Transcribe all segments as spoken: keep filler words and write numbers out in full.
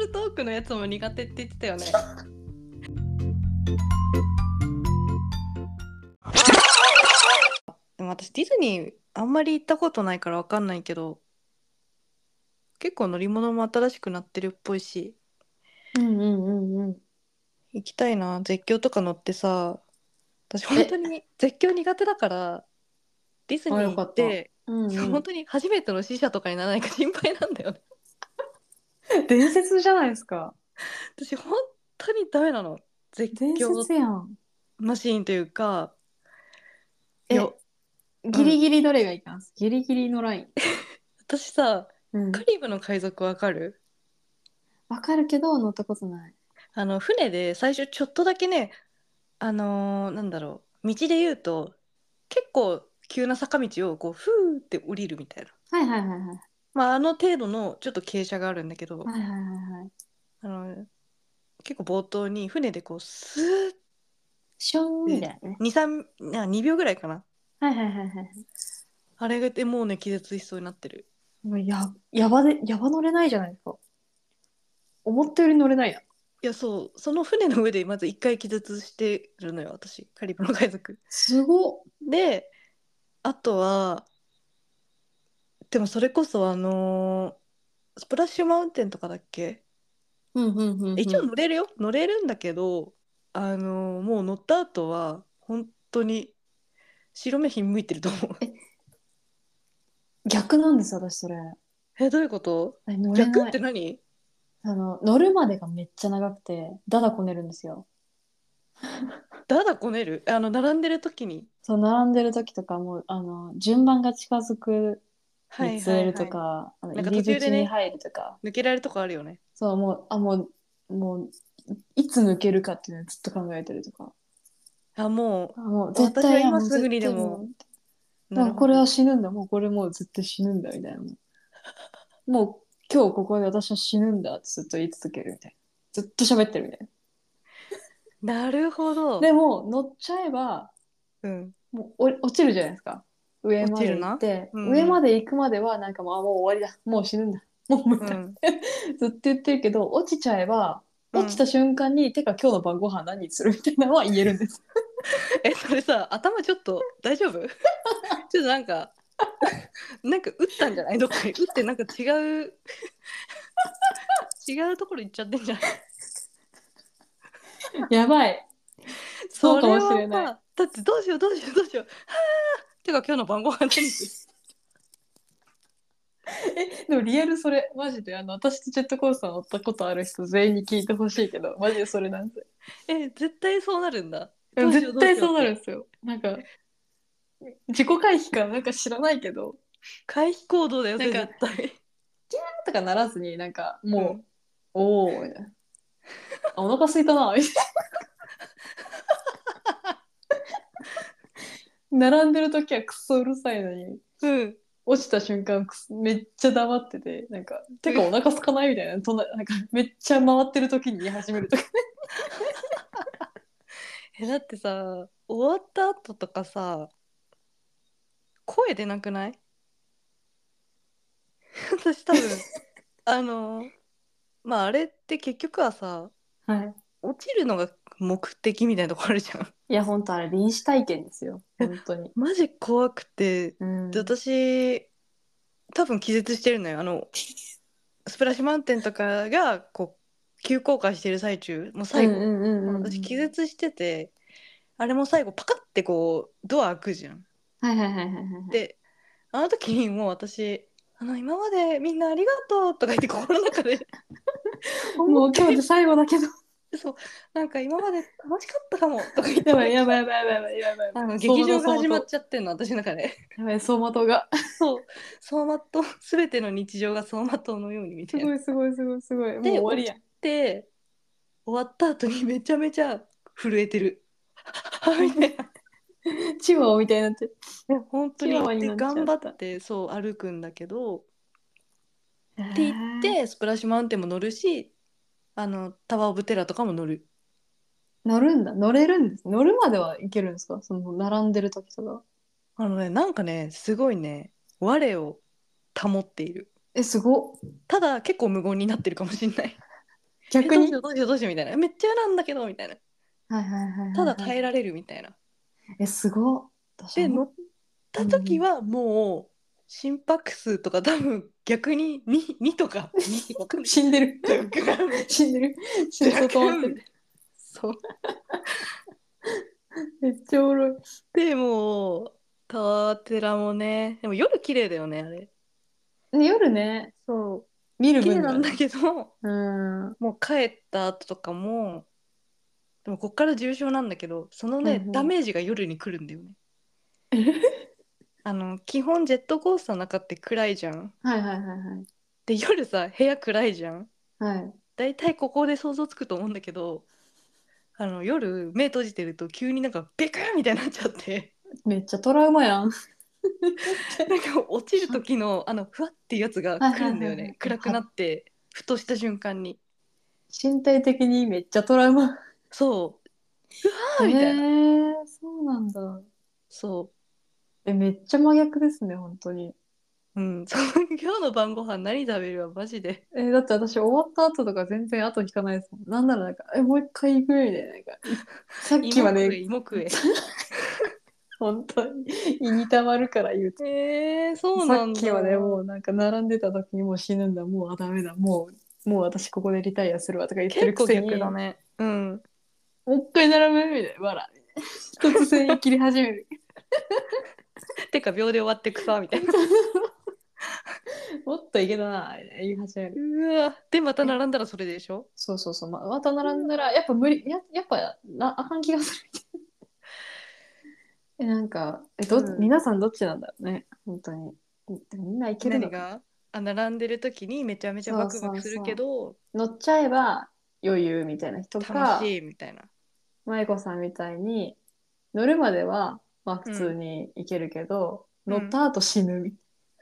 ルトークのやつも苦手って言ってたよね。でも私ディズニーあんまり行ったことないから分かんないけど、結構乗り物も新しくなってるっぽいし、 うんうんうんうん。 行きたいな。絶叫とか乗ってさ、私本当に絶叫苦手だからディズあ、 ニーよかった。 行って、 うんうん。 本当に初めての死者とかにならないか心配なんだよね。 伝説じゃないですか。 私本当にダメなの、絶伝叫説やん。 マシーンというか。いや、 え、ギリうん、 ギリどれがいかんす？ギリギリのライン。 私さ、 うん。 カリブの海賊わかる？ わかるけど乗ったことない。 あの船で最初ちょっとだけね、あのーなんだろう、道で言うと結構急な坂道をこうフーって降りるみたいな、 はいはいはいはい。 まああの程度のちょっと傾斜があるんだけど、 はいはいはいはい。 あの結構冒頭に船でこうスーっショーンみたていなね。 に、さんなにびょうぐらいかな、 はいはいはいはい。 あれでもうね気絶しそうになってる。 もうや、やばで、やば乗れないじゃないですか。思ったより乗れないな。 いや、そう、その船の上でまず一回気絶してるのよ私、カリブの海賊すごっ。 で。あとはでもそれこそあのースプラッシュマウンテンとかだっけ。 うんうんうん一応うん。 乗れるよ、乗れるんだけど、あのーもう乗った後は本当に白目ひんむいてると思う。 え、逆なんです、私それ。 え、どういうこと？ え、乗れ逆っない。 て何？ あの、乗るまでがめっちゃ長くて、だだこねるんですよ。 だだこねる、あの並んでる時に。 そう、並んでる時とかも、あの、順番が近づくはいにつれるはいはい。 とか、あのなんか入り途中でね、 口に入るとか、 抜けられるとこあるよね。 そう、もう、あ、もう、もう、いつ抜けるかっていうのをずっと考えてるとか。 あ、もあ、もうう私は絶対や、もう絶今すぐにでも。 対もう、 なるほど。 もうこれは死ぬんだ、もうこれもう絶対死ぬんだ、みたいな。もう今日ここで私は死ぬんだってずっと言い続けるみたいな。ずっと喋ってるみたいな。 なるほど。 でも乗っちゃえば、 うん。 もうお落ちるじゃないですか。上まで落ちるな。 行って、上まうん。 で行くまではなんかもう、あ、もう終わりだ。もう死ぬんだ。もう無理だ。 うん。 ずっと言ってるけど、落ちちゃえば、 うん。 落ちた瞬間に、てか今日の晩ご飯何にするみたいなのは言えるんです。 え、それさ、頭ちょっと大丈夫？ちょっとなんか、なんか打ったんじゃない？どっかに打ってなんか違う、違うところ行っちゃってんじゃない？ やばい。そうかもそれしれない。 はさ、だってどうしようどうしようどうしよう。はあ。てか今日の晩ご飯何する？ え、でもリアルそれ、マジで、あの、私とジェットコースター乗ったことある人全員に聞いてほしいけど、マジでそれなんですよ。 え、絶対そうなるんだ。どうしようどう絶対そうなるんしようって。 ですよ。なんか、自己回避かなんか知らないけど、 回避行動だよ、それなんか、 絶対。 とかならずに、なんか、もうん。 う、おー、みたいな。あ、お腹空いたな、みたいな。並んでる時はクソうるさいのに、 うん。 落ちた瞬間くすめっちゃ黙ってて、なんか、てかお腹空かないみたいな、とななんかめっちゃ回ってる時に言い始めるとか。 え、だってさ、終わった後とかさ、声出なくない？私多分、あの、まああれって結局はさ、 はい。 落ちるのが目的みたいなとこあるじゃん。 いや、本当あれ、臨死体験ですよ。 え、 本当に。 マジ怖くて。で、 うん。 私、多分気絶してるのよ。あの、スプラッシュマウンテンとかが、こう、急降下してる最中、もううん最後、 うんうんうん私うん。 気絶してて、あれも最後、パカってこう、ドア開くじゃん。 はいはいはいはいはいはい。 で、あの時にもう私、あの、今までみんなありがとうとか言って心の中で思って、 もう今日で最後だけど。 そう、なんか今まで楽しかったかもとか言ってやばい思って、 やばいやばいやばいやばいやばい。 あの、 走馬灯劇場が始まっ走馬灯。 ちゃってんの、私の中で。 やばい、走馬灯が。 そう、走馬灯、すべての日常が走馬灯のようにみたいな。 すごいすごいすごいすごい。もうで、起き終わりやん。 て、終わった後にめちゃめちゃ震えてる。みたいな。 チワワみたいになって。 いや本当に。で、 チワワになっちゃ頑張っった。 てそう歩くんだけど、っえて言っー、 て、スプラッシュマウンテンも乗るし、あの、タワーオブテラーとかも乗る。 乗るんだ。乗れるんです。乗るまではいけるんですか？その、並んでる時とか。 あのね、なんかね、すごいね、我を保っている。 え、すごっ。 ただ、結構無言になってるかもしれない。 逆にえどうしようどうしようどうしようみたいな。めっちゃ嫌なんだけどみたいな。 はいはいはいただはいはい。 耐えられるみたいな。 え、すごっ。私で、 思っ、 乗ったうんうん。 時はもう心拍数とか多分逆に に, にとかにわかんない。 死んでる。 ドゥクンみたい死んでる。 な。 心臓ドゥ止まってる。 クンみたいな。そう。 めっちゃおもろい。 でも、タワーテラもね、でも夜綺麗だよね、あれ。 ね、夜ね、 そう。 見る綺麗分にはね。 なんだけど、 うん。はもう帰った後とかも、でもこっから重症なんだけど、そのね、ダいはい。 メージが夜に来るんだよね。 えあの、基本ジェットコースターの中って暗いじゃん。 はいはいはいはい。 で、夜さ、部屋暗いじゃん。 はい。 だいたいここで想像つくと思うんだけど、あの、夜目閉じてると急になんかベクーみたいになっちゃって、 めっちゃトラウマやん。 なんか落ちる時のあの、ふわっていうやつがはいはい来るんだよね。 はいはい。え、 暗くなは、 って、ふとした瞬間に。 身体的にめっちゃトラウマ。 そう、うわへーみたいな。 え、そうなんだ。 そえ、めっちゃ真逆ですね、本当に。 う。うん、そう今日の晩ご飯何食べるわ、マジで。 え、だって私終わった後とか全然後引かないですもん。なんならなんか、え、もう一回行くみたいな。なんか、いさっき芋食え、 まで、 芋食え。 本当に胃にたまるから言うと。 えー、そうさなんだ。 っきまでもうなんか並んでた時にもう死ぬんだ、もうあダメだ、もう、もう私ここでリタイアするわとか言ってるく結構せに、 逆だね。うん。 もう一回並ぶみたいな、笑い。突然言い切り始める。 てか秒で終わってくさ、みたいな。 もっといけたな、言い始める。 うわ。で、またえ、 並んだらそれでしょ。 そうそうそう、ま、また並んだら、 うわ。 やっぱ無理、や、やっぱな、あかん気がする。え、なんか、え、ど、 うん。 皆さんどっちなんだろうね、本当に。でもみんないけるのかな。 何があ、並んでる時にめちゃめちゃバそうクバクするそうそけど、 う。乗っちゃえば余裕みたいな人か、 楽しいみたいな。 舞子さんみたいに、乗るまでは、まあ普通うん。 に行けるけど、 うん。 乗った後死ぬみ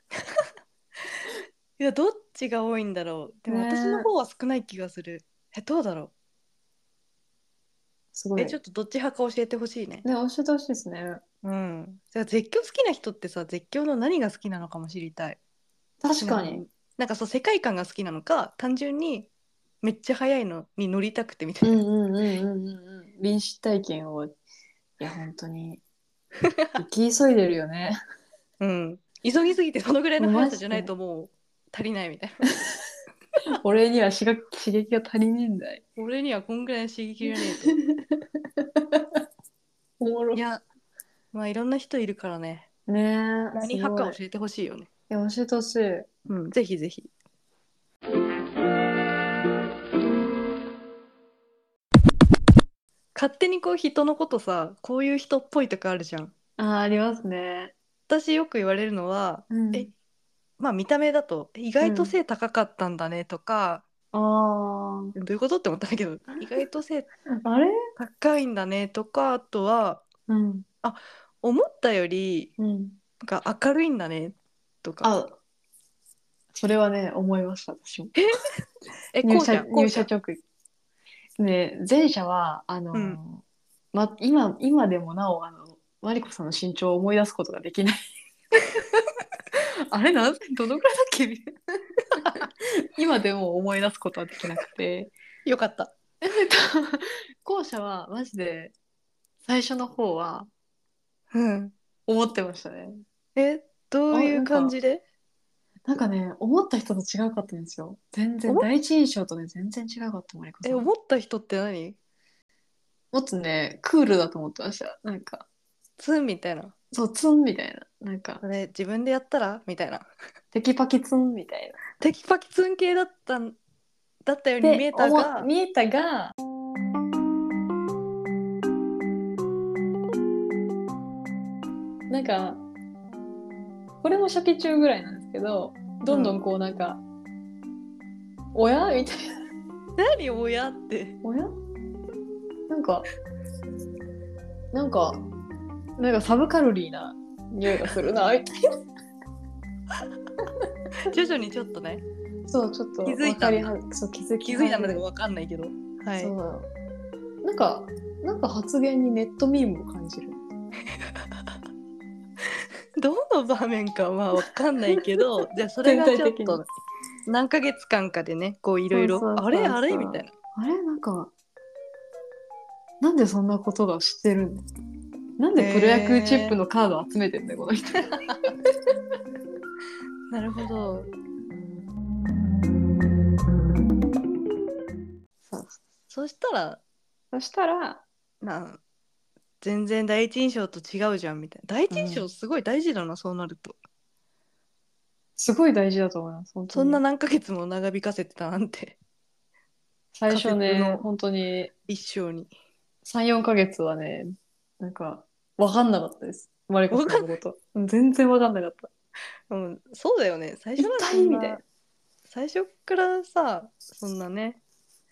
いや、どっちが多いんだろう。でたいな。 も私のねえ、 方は少ない気がする。え、どうだろう。え、 すごい。 ちょっとどっち派か教えてほしいね。 ね、教えてほしいですね。 うん。じゃあ絶叫好きな人ってさ、絶叫の何が好きなのかも知りたい。ち確かに。 なみに。なんかそう、世界観が好きなのか、単純にめっちゃ速いのに乗りたくてみたいな。 うんうんうんうんうんうん。臨死体験を、いや、本当に、生き急いでるよね。 うん。急ぎすぎてそのぐらいの速さじゃないマジで。 ともう足りないみたいな。 俺には刺激刺激が足りねえんだい。 俺にはこんぐらいの刺激じゃねえと。 おもろ。 いや、まあいろんな人いるからね。 ねえ、 何すごい。 派か教えてほしいよね。 え、教えてほしい。 うん、ぜひぜひ。勝手にこう人のことさ、こういう人っぽいとかあるじゃん。 あー、ありますね。 私よく言われるのは、え、 うん。 まあ見た目だと意うん。 外と背高かったんだねとか、 ああ。 どういうことって思ったんだけど、意外と背あれ。 高いんだねとか、あとは、 うん。 あ、思ったよりうん。 なんか明るいんだねとか。 あ、それはね、思いました、私も。 え、 入社、 こうじゃん、こうじゃん。 入社直後。ね、前者は、あうん。 のーま、今、今でもなお、あの、マリコさんの身長を思い出すことができない。あれなん、どのくらいだっけみたいな。今でも思い出すことはできなくて。 よかった。 えっと、後者は、マジで、最初の方は、 うん。 思ってましたね。 え、どうあ、 いうなんか、 感じでなんかね、思った人と違うかったんですよ。全然、 思っ、 第一印象とね、全然違うかった、マリコえ、 さん。 思った人って何もっとね、クールだと思ってました。なんか、 ツンみたいな。 そう、ツンみたいな。なんか、 それ自分でやったらみたいな。 テキパキツンみたいな。 テキパキツン系だったん、だったように見で、 えた思、 が、 見えたが、なんか、これも初期中ぐらいなんですけど、どんどんうん。 こうなんか、おやみたいな。 何親って。 おやなんか、なんか、なんかサブカロリーな匂いがするな、みたいな。 徐々にちょっとね、 そう、ちょっと気づい分かたんだ。 りは、そう、気づき気づいたん始め、 だかわかんないけど。はい。 そう。なんか、なんか発言にネットミームを感じる。 どの場面かはわかんないけど、じゃあそれ全が体的に。 ちょっと何ヶ月間かでねこういろいろそうそうそうあれあれみたいな。 あれなんかなんでそんなことが知ってるんだ、なんでプロ野球チップのカード集めてんだよこの人。 なるほど。 そうそしたらそしたら、 な全然第一印象と違うじゃんみたいな。第一印象すごい大事だな、そうなると。 すごい大事だと思います本当そんなに。 何ヶ月も長引かせてたなんて。 最初仮説ねの本当に一生に。 さん、よんかげつはね、なんか、わかんなかったです。マリコわかんさんのこと。全然わかんなかった。 うん、そうだよね。最初はそ痛いみたいな。 んな、最初からさ、そんなね、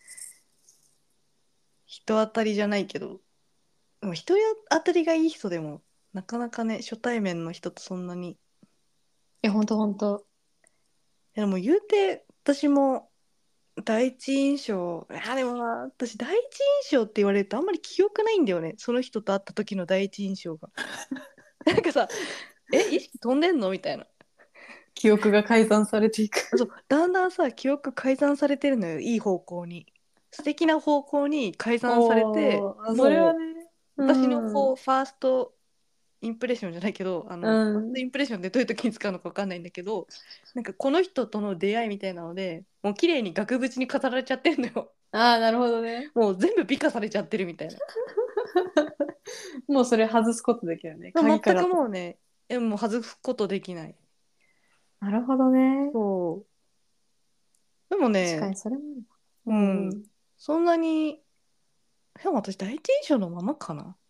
人当たりじゃないけど、でも人当たりがいい人でも、なかなかね、初対面の人とそんなに。 いや、ほんとほんと。 でも言うて、私も第一印象、いやでもまあ、私第一印象って言われるとあんまり記憶ないんだよね。その人と会った時の第一印象が。なんかさ、え、意識飛んでんのみたいな。 記憶が改ざんされていく。 そう、だんだんさ、記憶改ざんされてるのよ、いい方向に。素敵な方向に改ざんされて、 おー、あそれはもう、 ね。う私のこん。 う、ファーストインプレッションじゃないけど、あうの、ファーストん。 インプレッションってどういう時に使うのか分かんないんだけど、なんかこの人との出会いみたいなので、もう綺麗に額縁に飾られちゃってるのよ。 ああ、なるほどね。 もう全部美化されちゃってるみたいな。 もうそれ外すことできるね。 まあ全く鍵かかった。 もうね、えもう外すことできない。 なるほどね。 そう。でもね、 確かにそれもある。うんううん、 ん。 そんなに、でも私第一印象のままかな。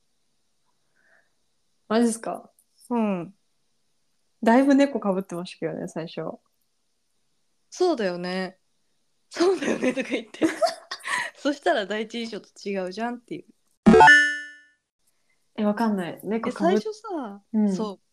マジですか？ うん。 だいぶ猫かぶってましたけどね、最初。 そうだよね。そうだよねとか言って。そしたら第一印象と違うじゃんっていう。 え、わかんない。猫え、 かぶっ、 最初さ、 うん。 そう、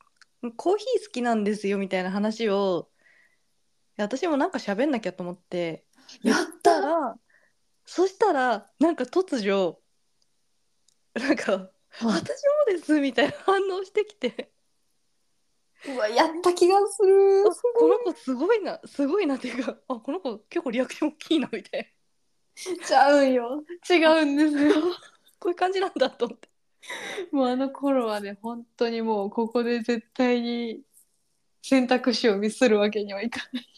コーヒー好きなんですよみたいな話を、いや私もなんか喋んなきゃと思って言っやったたら、そしたら、なんか突如、なんか、 はい。 私もですみたいな反応してきて、 うわ、やった気がする。 あ、 すこの子すごいな、すごいなっていうか、あ、この子結構リアクション大きいなみたいごい。ちゃうんよ。違な。あ、 うんですよ。 こういう感じなんだと思って。 もうあの頃はね、本当にもうここで絶対に選択肢をミスるわけにはいかない。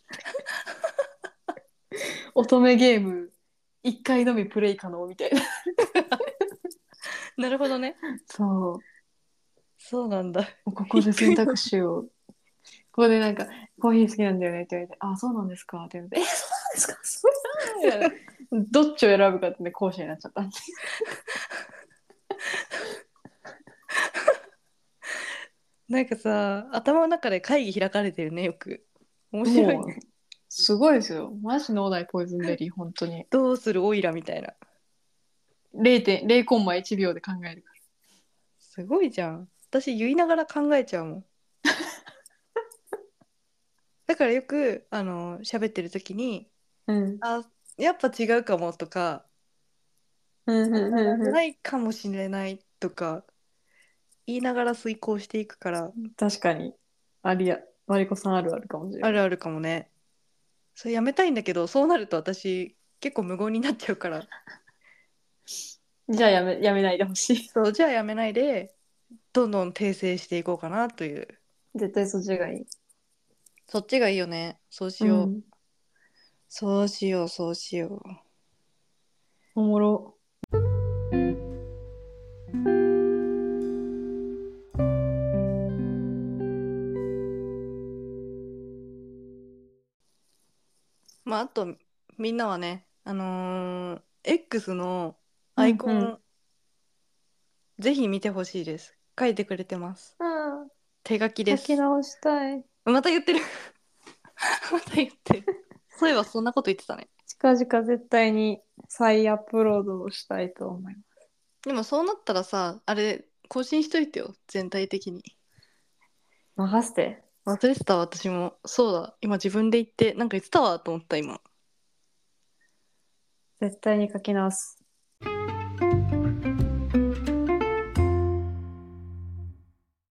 乙女ゲーム、一回のみプレイ可能みたいな。 なるほどね。 そそうなんだ。 う。ここで選一回の。 択肢を、ここでなんか、コーヒー好きなんだよねって言われて、あ、そうなんですかって言われて、え、そうなんですかそれなみたいな。どっちを選ぶかってね、後者になっちゃったんで。 なんかさ、頭の中で会議開かれてるね、よく。面白いもう、 ね。 すごいですよ。マジ脳内ポイズンベリー、本当に。 どうするオイラみたいな。 れいてんれいコンマいちびょうで考えるかすごいじゃん。私言いながら考えちゃうもん。だからよく、あの、喋ってる時に、 ら。うん。 あ、やっぱ違うかもとか、 うんうんうんうないかもしれないとか、言いながら遂行していくから、 ん。確かに。ありや、マリコさんあるあるかもしれない。 あるあるかもね。それやめたいんだけど、そうなると私、結構無言になっちゃうから、 じゃあやめ、やめないでほしい。 そう、じゃあやめないで、どんどん訂正していこうかなという。 絶対そっちがいい。 そっちがいいよね。そうしよう。 うん。 そうしよう、そうしよおもろ。 う。まあ、あと、みんなはね、あのー X のアイうんうん。 コン、ぜひ見てほしいです。書いてくれてます。 ああ、 手書きです。 書き直したい。 また言ってる。また言ってる。そういえばそんなこと言ってたね。 近々絶対に再アップロードをしたいと思います。 でもそうなったらさ、あれ、更新しといてよ、全体的に。 任せて。 忘れてた、私も。そうだ、今自分で言って、なんか言ってたわと思った、今。 絶対に書き直す。